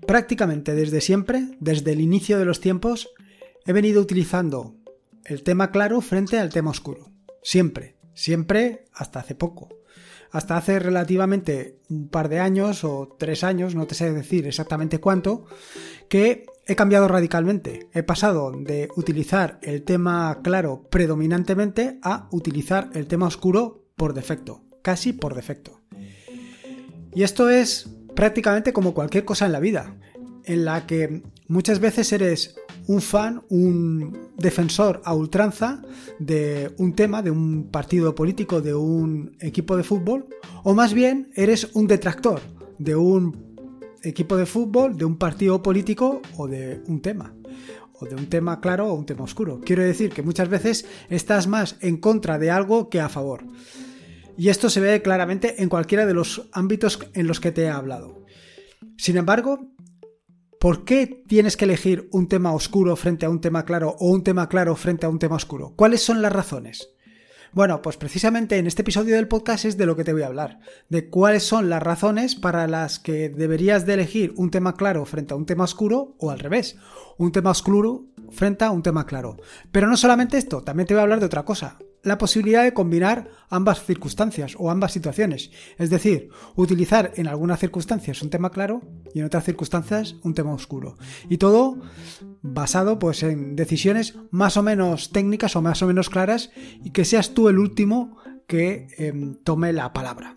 prácticamente desde siempre, desde el inicio de los tiempos, he venido utilizando el tema claro frente al tema oscuro. Siempre hasta hace poco. Hasta hace relativamente un par de años o 3 años, no te sé decir exactamente cuánto, que he cambiado radicalmente. He pasado de utilizar el tema claro predominantemente a utilizar el tema oscuro por defecto, casi por defecto. Y esto es prácticamente como cualquier cosa en la vida, en la que muchas veces eres un fan, un defensor a ultranza de un tema, de un partido político, de un equipo de fútbol, o más bien eres un detractor de un equipo de fútbol, de un partido político o de un tema claro o un tema oscuro. Quiero decir que muchas veces estás más en contra de algo que a favor. Y esto se ve claramente en cualquiera de los ámbitos en los que te he hablado. Sin embargo, ¿por qué tienes que elegir un tema oscuro frente a un tema claro o un tema claro frente a un tema oscuro? ¿Cuáles son las razones? Bueno, pues precisamente en este episodio del podcast es de lo que te voy a hablar, de cuáles son las razones para las que deberías de elegir un tema claro frente a un tema oscuro o al revés, un tema oscuro frente a un tema claro. Pero no solamente esto, también te voy a hablar de otra cosa, la posibilidad de combinar ambas circunstancias o ambas situaciones, es decir, utilizar en algunas circunstancias un tema claro y en otras circunstancias un tema oscuro. Y todo basado pues en decisiones más o menos técnicas o más o menos claras y que seas tú el último que tome la palabra.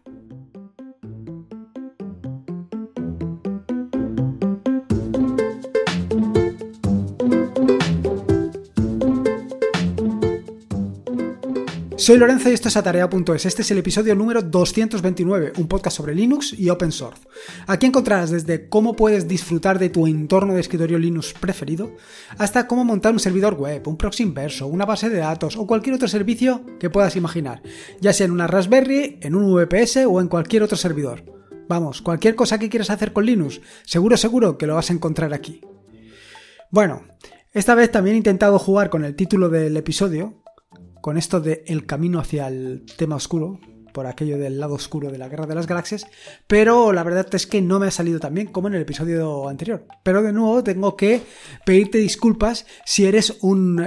Soy Lorenzo y esto es Atareado.es. Este es el episodio número 229, un podcast sobre Linux y Open Source. Aquí encontrarás desde cómo puedes disfrutar de tu entorno de escritorio Linux preferido, hasta cómo montar un servidor web, un proxy inverso, una base de datos o cualquier otro servicio que puedas imaginar, ya sea en una Raspberry, en un VPS o en cualquier otro servidor. Vamos, cualquier cosa que quieras hacer con Linux, seguro que lo vas a encontrar aquí. Bueno, esta vez también he intentado jugar con el título del episodio, con esto de el camino hacia el tema oscuro, por aquello del lado oscuro de la Guerra de las Galaxias, pero la verdad es que no me ha salido tan bien como en el episodio anterior. Pero de nuevo tengo que pedirte disculpas si eres un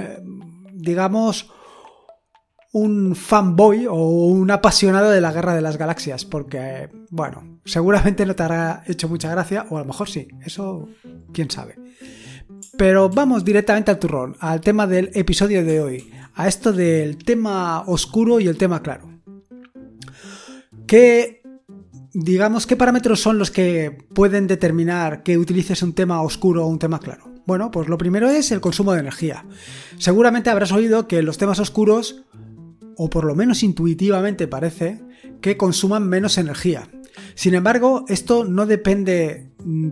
fanboy o un apasionado de la Guerra de las Galaxias, porque, bueno, seguramente no te habrá hecho mucha gracia, o a lo mejor sí, eso quién sabe. Pero vamos directamente al turrón, al tema del episodio de hoy, a esto del tema oscuro y el tema claro. ¿Qué parámetros son los que pueden determinar que utilices un tema oscuro o un tema claro? Bueno, pues lo primero es el consumo de energía. Seguramente habrás oído que los temas oscuros, o por lo menos intuitivamente parece, que consuman menos energía. Sin embargo, esto no depende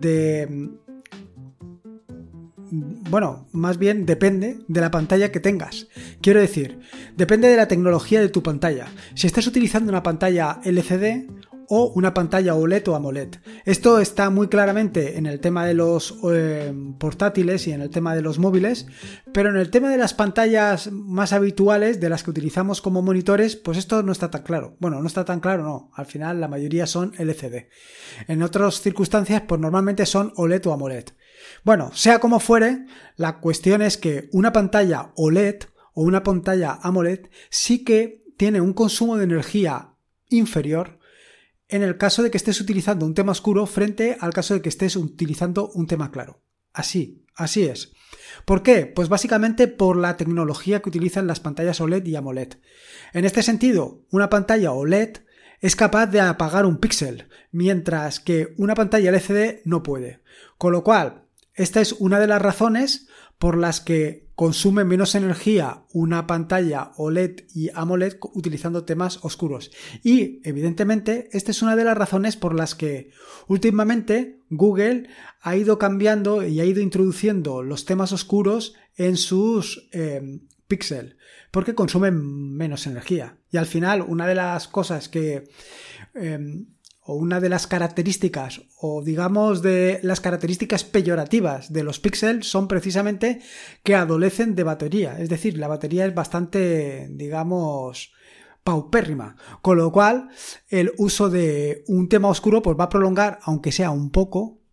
más bien depende de la pantalla que tengas. Quiero decir, depende de la tecnología de tu pantalla. Si estás utilizando una pantalla LCD o una pantalla OLED o AMOLED. Esto está muy claramente en el tema de los portátiles y en el tema de los móviles, pero en el tema de las pantallas más habituales, de las que utilizamos como monitores, pues esto no está tan claro. Bueno, no está tan claro, no. Al final la mayoría son LCD. En otras circunstancias, pues normalmente son OLED o AMOLED. Bueno, sea como fuere, la cuestión es que una pantalla OLED o una pantalla AMOLED sí que tiene un consumo de energía inferior en el caso de que estés utilizando un tema oscuro frente al caso de que estés utilizando un tema claro. Así es. ¿Por qué? Pues básicamente por la tecnología que utilizan las pantallas OLED y AMOLED. En este sentido, una pantalla OLED es capaz de apagar un píxel, mientras que una pantalla LCD no puede. Con lo cual, esta es una de las razones por las que consume menos energía una pantalla OLED y AMOLED utilizando temas oscuros. Y, evidentemente, esta es una de las razones por las que últimamente Google ha ido cambiando y ha ido introduciendo los temas oscuros en sus píxeles, porque consumen menos energía. Y al final, una de las cosas que o una de las características, o digamos de las características peyorativas de los píxeles son precisamente que adolecen de batería, es decir, la batería es bastante, digamos, paupérrima, con lo cual el uso de un tema oscuro pues va a prolongar, aunque sea un poco,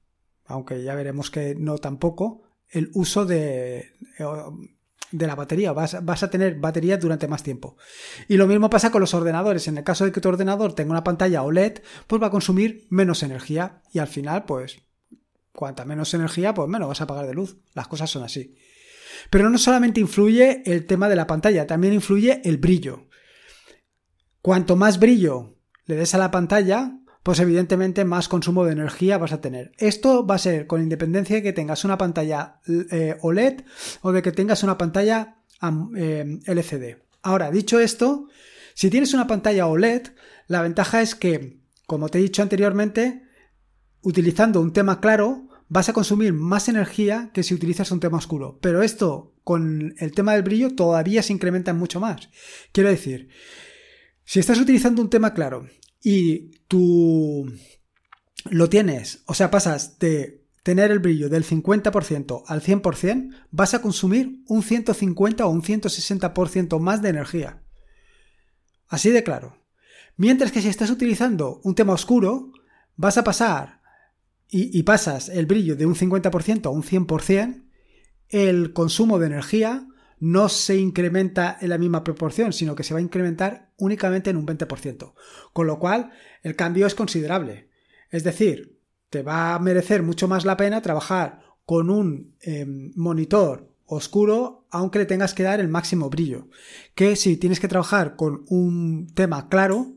aunque ya veremos que no tampoco, el uso de la batería. Vas a tener batería durante más tiempo. Y lo mismo pasa con los ordenadores. En el caso de que tu ordenador tenga una pantalla OLED, pues va a consumir menos energía y al final, pues, cuanta menos energía, pues menos vas a pagar de luz. Las cosas son así. Pero no solamente influye el tema de la pantalla, también influye el brillo. Cuanto más brillo le des a la pantalla, pues evidentemente más consumo de energía vas a tener. Esto va a ser con independencia de que tengas una pantalla OLED o de que tengas una pantalla LCD. Ahora, dicho esto, si tienes una pantalla OLED, la ventaja es que, como te he dicho anteriormente, utilizando un tema claro, vas a consumir más energía que si utilizas un tema oscuro. Pero esto, con el tema del brillo, todavía se incrementa mucho más. Quiero decir, si estás utilizando un tema claro y tú lo tienes, o sea, pasas de tener el brillo del 50% al 100%, vas a consumir un 150 o un 160% más de energía. Así de claro. Mientras que si estás utilizando un tema oscuro, vas a pasar y pasas el brillo de un 50% a un 100%, el consumo de energía no se incrementa en la misma proporción, sino que se va a incrementar únicamente en un 20%. Con lo cual, el cambio es considerable. Es decir, te va a merecer mucho más la pena trabajar con un monitor oscuro, aunque le tengas que dar el máximo brillo, que si tienes que trabajar con un tema claro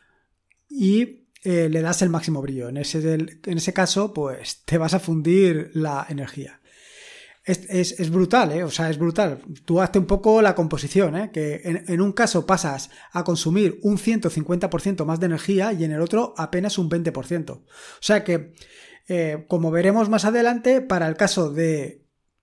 y le das el máximo brillo. En ese caso, pues te vas a fundir la energía. Es brutal, ¿eh? O sea, es brutal. Tú hazte un poco la composición, ¿eh? Que en un caso pasas a consumir un 150% más de energía y en el otro apenas un 20%. O sea que, como veremos más adelante, para el caso de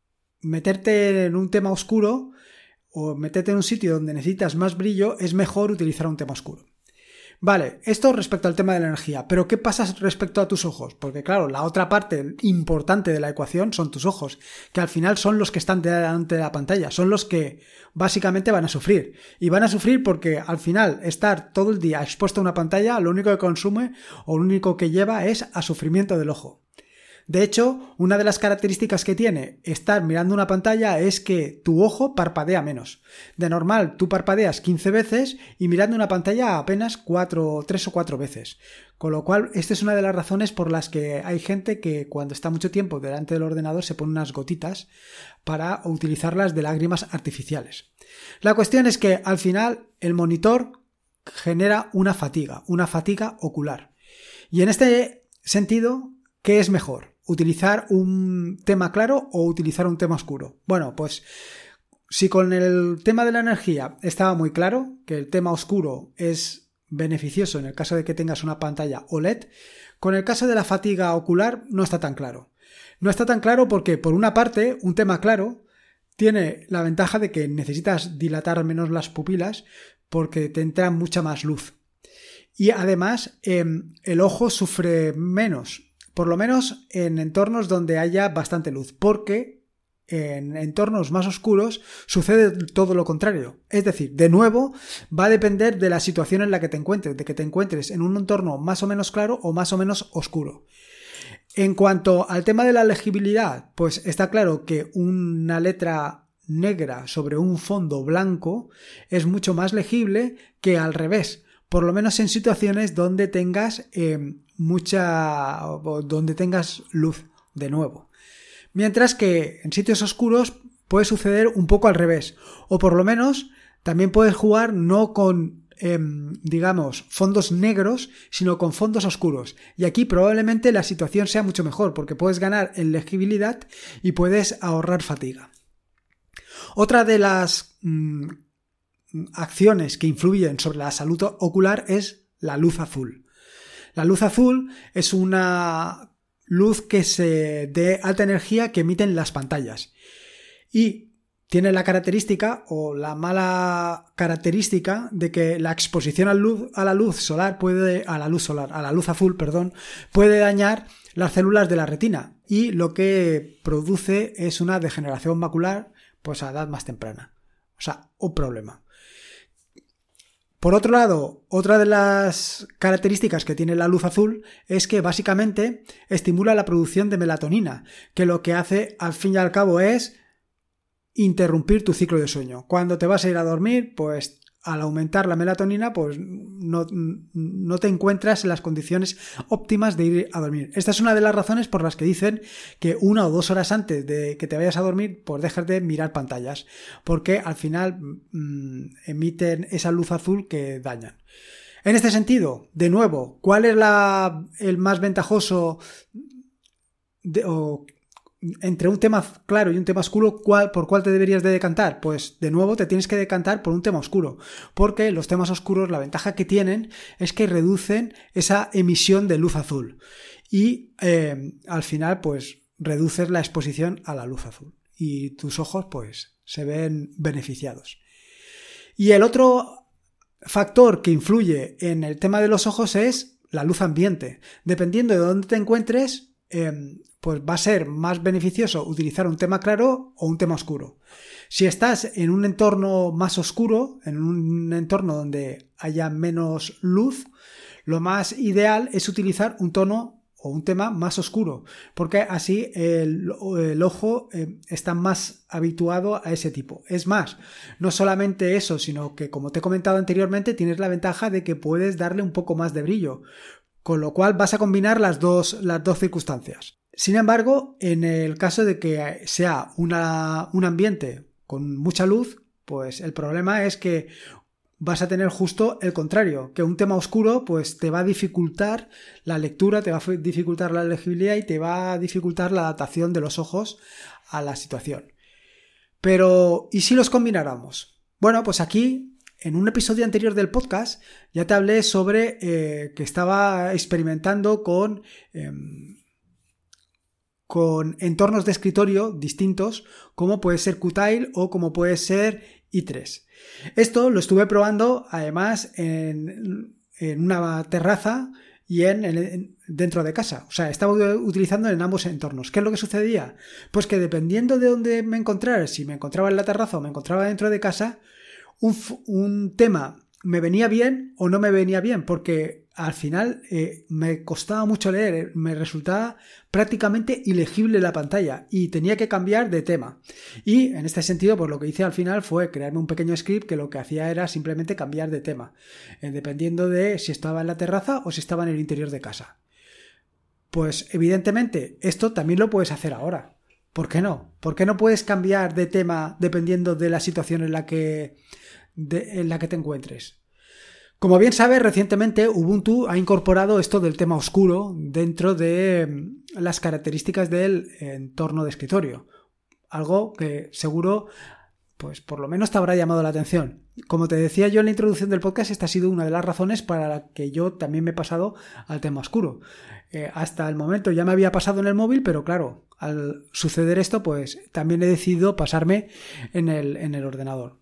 meterte en un tema oscuro o meterte en un sitio donde necesitas más brillo, es mejor utilizar un tema oscuro. Vale, esto respecto al tema de la energía, pero ¿qué pasa respecto a tus ojos? Porque claro, la otra parte importante de la ecuación son tus ojos, que al final son los que están delante de la pantalla, son los que básicamente van a sufrir. Y van a sufrir porque al final estar todo el día expuesto a una pantalla, lo único que consume o lo único que lleva es a sufrimiento del ojo. De hecho, una de las características que tiene estar mirando una pantalla es que tu ojo parpadea menos. De normal, tú parpadeas 15 veces y mirando una pantalla apenas 3 o 4 veces. Con lo cual, esta es una de las razones por las que hay gente que cuando está mucho tiempo delante del ordenador se pone unas gotitas para utilizarlas de lágrimas artificiales. La cuestión es que al final el monitor genera una fatiga ocular. Y en este sentido, ¿qué es mejor? ¿Utilizar un tema claro o utilizar un tema oscuro? Bueno, pues si con el tema de la energía estaba muy claro que el tema oscuro es beneficioso en el caso de que tengas una pantalla OLED, con el caso de la fatiga ocular no está tan claro. No está tan claro porque, por una parte, un tema claro tiene la ventaja de que necesitas dilatar menos las pupilas porque te entra mucha más luz. Y además, el ojo sufre menos. Por lo menos en entornos donde haya bastante luz, porque en entornos más oscuros sucede todo lo contrario. Es decir, de nuevo, va a depender de la situación en la que te encuentres, de que te encuentres en un entorno más o menos claro o más o menos oscuro. En cuanto al tema de la legibilidad, pues está claro que una letra negra sobre un fondo blanco es mucho más legible que al revés. Por lo menos en situaciones donde tengas donde tengas luz de nuevo. Mientras que en sitios oscuros puede suceder un poco al revés. O por lo menos también puedes jugar no con, fondos negros, sino con fondos oscuros. Y aquí probablemente la situación sea mucho mejor porque puedes ganar en legibilidad y puedes ahorrar fatiga. Otra de las acciones que influyen sobre la salud ocular es la luz azul. La luz azul es una luz que se de alta energía que emiten las pantallas y tiene la característica o la mala característica de que la exposición a la luz azul, puede dañar las células de la retina y lo que produce es una degeneración macular pues a edad más temprana. O sea, un problema. Por otro lado, otra de las características que tiene la luz azul es que básicamente estimula la producción de melatonina, que lo que hace al fin y al cabo es interrumpir tu ciclo de sueño. Cuando te vas a ir a dormir, pues al aumentar la melatonina, pues no te encuentras en las condiciones óptimas de ir a dormir. Esta es una de las razones por las que dicen que 1 o 2 horas antes de que te vayas a dormir, pues dejas de mirar pantallas, porque al final emiten esa luz azul que dañan. En este sentido, de nuevo, ¿cuál es el más ventajoso entre un tema claro y un tema oscuro? ¿Por cuál te deberías de decantar? Pues de nuevo te tienes que decantar por un tema oscuro, porque los temas oscuros, la ventaja que tienen es que reducen esa emisión de luz azul y al final pues reduces la exposición a la luz azul y tus ojos pues se ven beneficiados. Y el otro factor que influye en el tema de los ojos es la luz ambiente. Dependiendo de dónde te encuentres, pues va a ser más beneficioso utilizar un tema claro o un tema oscuro. Si estás en un entorno más oscuro, en un entorno donde haya menos luz, lo más ideal es utilizar un tono o un tema más oscuro, porque así el ojo está más habituado a ese tipo. Es más, no solamente eso, sino que, como te he comentado anteriormente, tienes la ventaja de que puedes darle un poco más de brillo, con lo cual vas a combinar las dos circunstancias. Sin embargo, en el caso de que sea un ambiente con mucha luz, pues el problema es que vas a tener justo el contrario, que un tema oscuro pues te va a dificultar la lectura, te va a dificultar la legibilidad y te va a dificultar la adaptación de los ojos a la situación. Pero, ¿y si los combináramos? Bueno, pues aquí, en un episodio anterior del podcast, ya te hablé sobre que estaba experimentando con entornos de escritorio distintos, como puede ser Qtile o como puede ser i3. Esto lo estuve probando además en una terraza y dentro de casa. O sea, estaba utilizando en ambos entornos. ¿Qué es lo que sucedía? Pues que dependiendo de dónde me encontrara, si me encontraba en la terraza o me encontraba dentro de casa, un tema me venía bien o no me venía bien, porque al final me costaba mucho leer, me resultaba prácticamente ilegible la pantalla y tenía que cambiar de tema. Y en este sentido, pues lo que hice al final fue crearme un pequeño script que lo que hacía era simplemente cambiar de tema, dependiendo de si estaba en la terraza o si estaba en el interior de casa. Pues evidentemente esto también lo puedes hacer ahora. ¿Por qué no? ¿Por qué no puedes cambiar de tema dependiendo de la situación en la que te encuentres? Como bien sabes, recientemente Ubuntu ha incorporado esto del tema oscuro dentro de las características del entorno de escritorio. Algo que seguro, pues por lo menos te habrá llamado la atención. Como te decía yo en la introducción del podcast, esta ha sido una de las razones para la que yo también me he pasado al tema oscuro. Hasta el momento ya me había pasado en el móvil, pero claro, al suceder esto, pues también he decidido pasarme en el ordenador.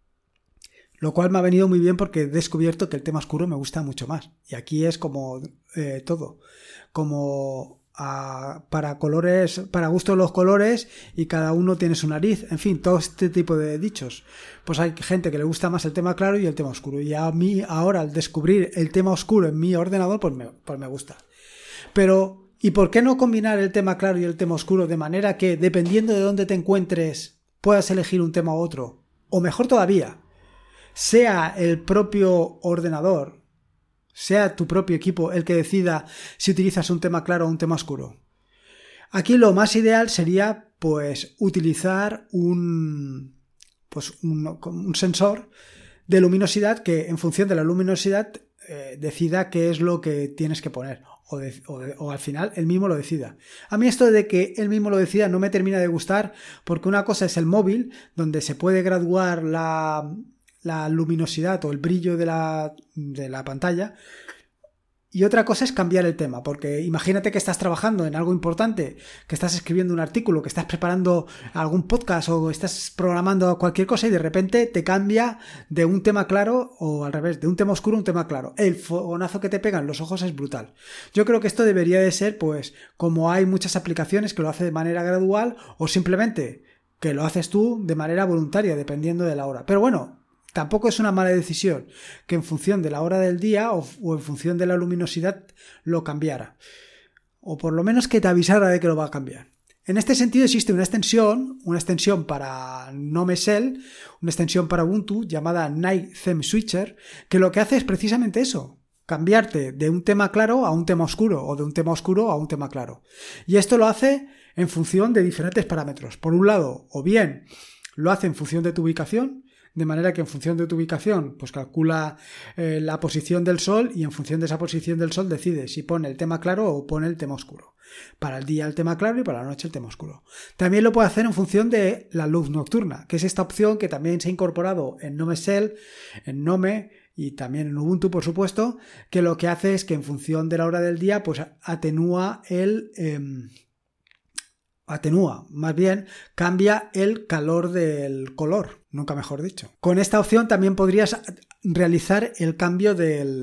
Lo cual me ha venido muy bien porque he descubierto que el tema oscuro me gusta mucho más. Y aquí es como todo. Como para colores, para gusto los colores y cada uno tiene su nariz. En fin, todo este tipo de dichos. Pues hay gente que le gusta más el tema claro y el tema oscuro. Y a mí ahora al descubrir el tema oscuro en mi ordenador, pues me gusta. Pero, ¿y por qué no combinar el tema claro y el tema oscuro de manera que, dependiendo de dónde te encuentres, puedas elegir un tema u otro? O mejor todavía, sea el propio ordenador, sea tu propio equipo el que decida si utilizas un tema claro o un tema oscuro. Aquí lo más ideal sería pues utilizar un sensor de luminosidad que en función de la luminosidad decida qué es lo que tienes que poner o al final él mismo lo decida. A mí esto de que él mismo lo decida no me termina de gustar, porque una cosa es el móvil, donde se puede graduar la luminosidad o el brillo de la pantalla, y otra cosa es cambiar el tema, porque imagínate que estás trabajando en algo importante, que estás escribiendo un artículo, que estás preparando algún podcast o estás programando cualquier cosa y de repente te cambia de un tema claro o al revés, de un tema oscuro a un tema claro. El fogonazo que te pegan los ojos es brutal. Yo creo que esto debería de ser, pues, como hay muchas aplicaciones que lo hacen de manera gradual o simplemente que lo haces tú de manera voluntaria, dependiendo de la hora. Pero bueno, Tampoco es una mala decisión que en función de la hora del día o en función de la luminosidad lo cambiara. O por lo menos que te avisara de que lo va a cambiar. En este sentido existe una extensión para Gnome Shell, una extensión para Ubuntu llamada Night Theme Switcher, que lo que hace es precisamente eso, cambiarte de un tema claro a un tema oscuro o de un tema oscuro a un tema claro. Y esto lo hace en función de diferentes parámetros. Por un lado, o bien lo hace en función de tu ubicación, de manera que en función de tu ubicación pues calcula la posición del sol y en función de esa posición del sol decide si pone el tema claro o pone el tema oscuro. Para el día el tema claro y para la noche el tema oscuro. También lo puede hacer en función de la luz nocturna, que es esta opción que también se ha incorporado en Gnome Shell, en Gnome y también en Ubuntu, por supuesto, que lo que hace es que en función de la hora del día pues cambia el calor del color, nunca mejor dicho. Con esta opción también podrías realizar el cambio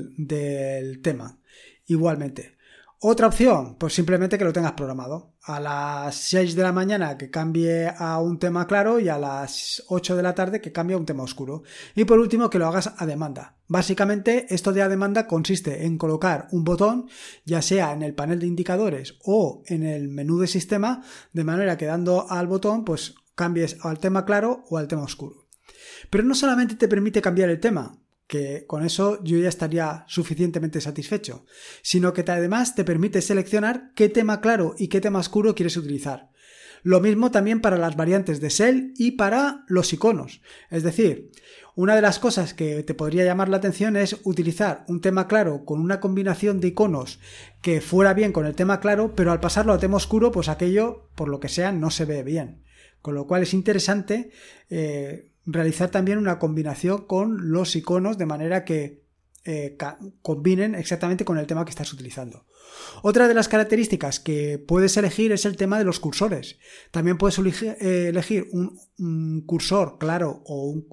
del tema, igualmente. Otra opción, pues simplemente que lo tengas programado. A las 6 de la mañana que cambie a un tema claro y a las 8 de la tarde que cambie a un tema oscuro. Y por último, que lo hagas a demanda. Básicamente, esto de a demanda consiste en colocar un botón, ya sea en el panel de indicadores o en el menú de sistema, de manera que dando al botón, pues cambies al tema claro o al tema oscuro. Pero no solamente te permite cambiar el tema, que con eso yo ya estaría suficientemente satisfecho, sino que además te permite seleccionar qué tema claro y qué tema oscuro quieres utilizar. Lo mismo también para las variantes de Shell y para los iconos. Es decir, una de las cosas que te podría llamar la atención es utilizar un tema claro con una combinación de iconos que fuera bien con el tema claro, pero al pasarlo a tema oscuro, pues aquello, por lo que sea, no se ve bien. Con lo cual es interesante realizar también una combinación con los iconos de manera que combinen exactamente con el tema que estás utilizando. Otra de las características que puedes elegir es el tema de los cursores. También puedes elegir un cursor claro o un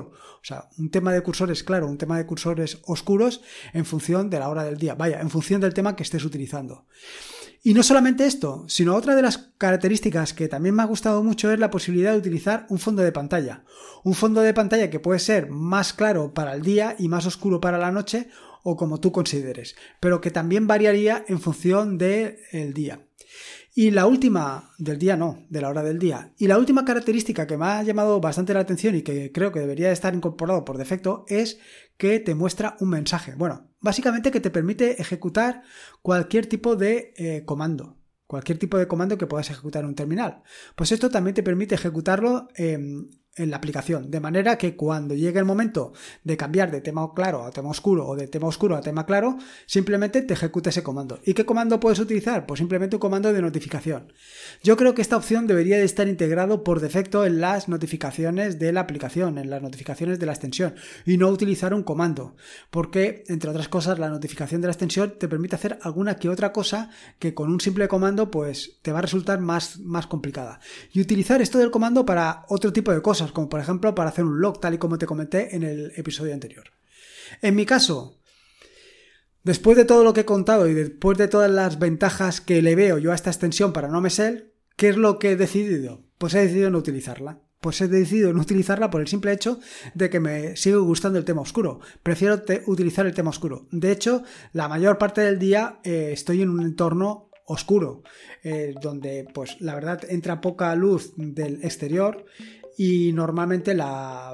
tema de cursores claro, un tema de cursores oscuros en función de la hora del día, en función del tema que estés utilizando. Y no solamente esto, sino otra de las características que también me ha gustado mucho es la posibilidad de utilizar un fondo de pantalla. Un fondo de pantalla que puede ser más claro para el día y más oscuro para la noche o como tú consideres, pero que también variaría en función del día. Y la última, del día no, de la hora del día. Y la última característica que me ha llamado bastante la atención y que creo que debería estar incorporado por defecto es que te muestra un mensaje. Bueno, básicamente que te permite ejecutar cualquier tipo de comando. Cualquier tipo de comando que puedas ejecutar en un terminal. Pues esto también te permite ejecutarlo en la aplicación, de manera que cuando llegue el momento de cambiar de tema claro a tema oscuro o de tema oscuro a tema claro, simplemente te ejecuta ese comando. ¿Y qué comando puedes utilizar? Pues simplemente un comando de notificación. Yo creo que esta opción debería de estar integrado por defecto en las notificaciones de la aplicación, en las notificaciones de la extensión, y no utilizar un comando, porque, entre otras cosas, la notificación de la extensión te permite hacer alguna que otra cosa que con un simple comando pues te va a resultar más complicada. Y utilizar esto del comando para otro tipo de cosas, como por ejemplo para hacer un log, tal y como te comenté en el episodio anterior. En mi caso, después de todo lo que he contado y después de todas las ventajas que le veo yo a esta extensión para Gnome Shell, ¿qué es lo que he decidido? Pues he decidido no utilizarla. Pues he decidido no utilizarla por el simple hecho de que me sigue gustando el tema oscuro. Prefiero utilizar el tema oscuro. De hecho, la mayor parte del día estoy en un entorno oscuro, donde pues la verdad entra poca luz del exterior y normalmente la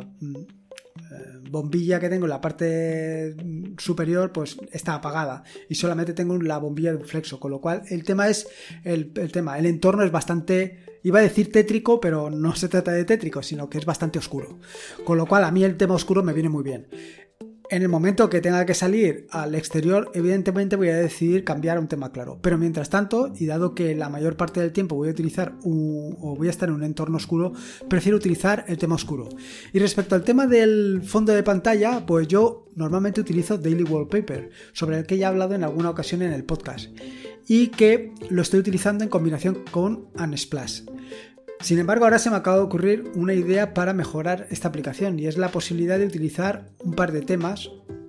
bombilla que tengo en la parte superior pues está apagada y solamente tengo la bombilla de un flexo, con lo cual el tema es el entorno es bastante, iba a decir tétrico, pero no se trata de tétrico, sino que es bastante oscuro, con lo cual a mí el tema oscuro me viene muy bien. En el momento que tenga que salir al exterior, evidentemente voy a decidir cambiar a un tema claro. Pero mientras tanto, y dado que la mayor parte del tiempo voy a utilizar o voy a estar en un entorno oscuro, prefiero utilizar el tema oscuro. Y respecto al tema del fondo de pantalla, pues yo normalmente utilizo Daily Wallpaper, sobre el que ya he hablado en alguna ocasión en el podcast, y que lo estoy utilizando en combinación con Unsplash. Sin embargo, ahora se me acaba de ocurrir una idea para mejorar esta aplicación y es la posibilidad de utilizar un par de temas,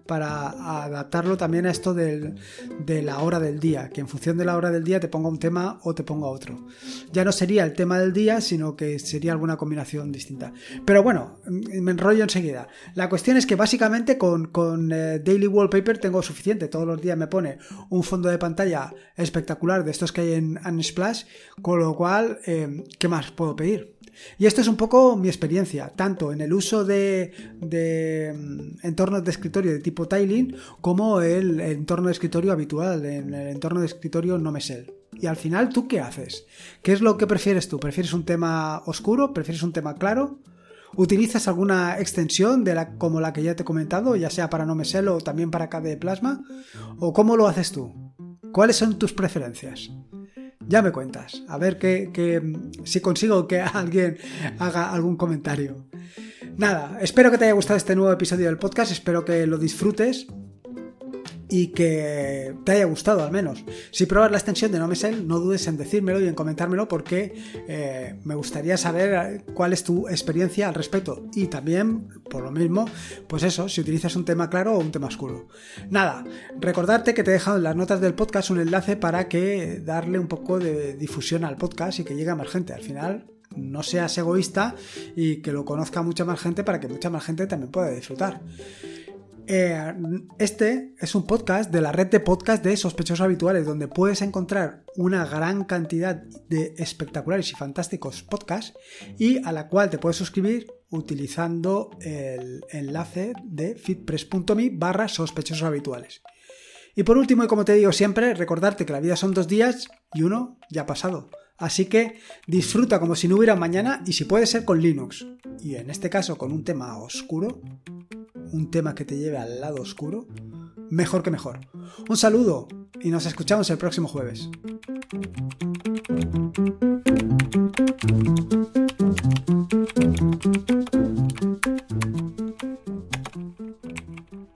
para adaptarlo también a esto de la hora del día, que en función de la hora del día te ponga un tema o te ponga otro. Ya no sería el tema del día, sino que sería alguna combinación distinta. Pero bueno, me enrollo enseguida. La cuestión es que básicamente con Daily Wallpaper tengo suficiente. Todos los días me pone un fondo de pantalla espectacular de estos que hay en Unsplash, con lo cual, ¿qué más puedo pedir? Y esto es un poco mi experiencia, tanto en el uso de entornos de escritorio de tipo tiling como el entorno de escritorio habitual, en el entorno de escritorio NoMesel. Y al final, ¿tú qué haces? ¿Qué es lo que prefieres tú? ¿Prefieres un tema oscuro? ¿Prefieres un tema claro? ¿Utilizas alguna extensión como la que ya te he comentado, ya sea para NoMesel o también para KDE Plasma? ¿O cómo lo haces tú? ¿Cuáles son tus preferencias? Ya me cuentas, a ver si consigo que alguien haga algún comentario. Nada, espero que te haya gustado este nuevo episodio del podcast, espero que lo disfrutes y que te haya gustado al menos. Si pruebas la extensión de NoMesel, no dudes en decírmelo y en comentármelo, porque me gustaría saber cuál es tu experiencia al respecto. Y también, por lo mismo, pues eso, si utilizas un tema claro o un tema oscuro. Nada, recordarte que te he dejado en las notas del podcast un enlace para que darle un poco de difusión al podcast y que llegue a más gente. Al final, no seas egoísta y que lo conozca mucha más gente para que mucha más gente también pueda disfrutar. Este es un podcast de la red de podcast de Sospechosos Habituales, donde puedes encontrar una gran cantidad de espectaculares y fantásticos podcasts y a la cual te puedes suscribir utilizando el enlace de feedpress.me/sospechosos habituales. Y por último, y como te digo siempre, recordarte que la vida son 2 días y uno ya ha pasado. Así que disfruta como si no hubiera mañana, y si puede ser con Linux, y en este caso con un tema oscuro, un tema que te lleve al lado oscuro, mejor que mejor. Un saludo y nos escuchamos el próximo jueves.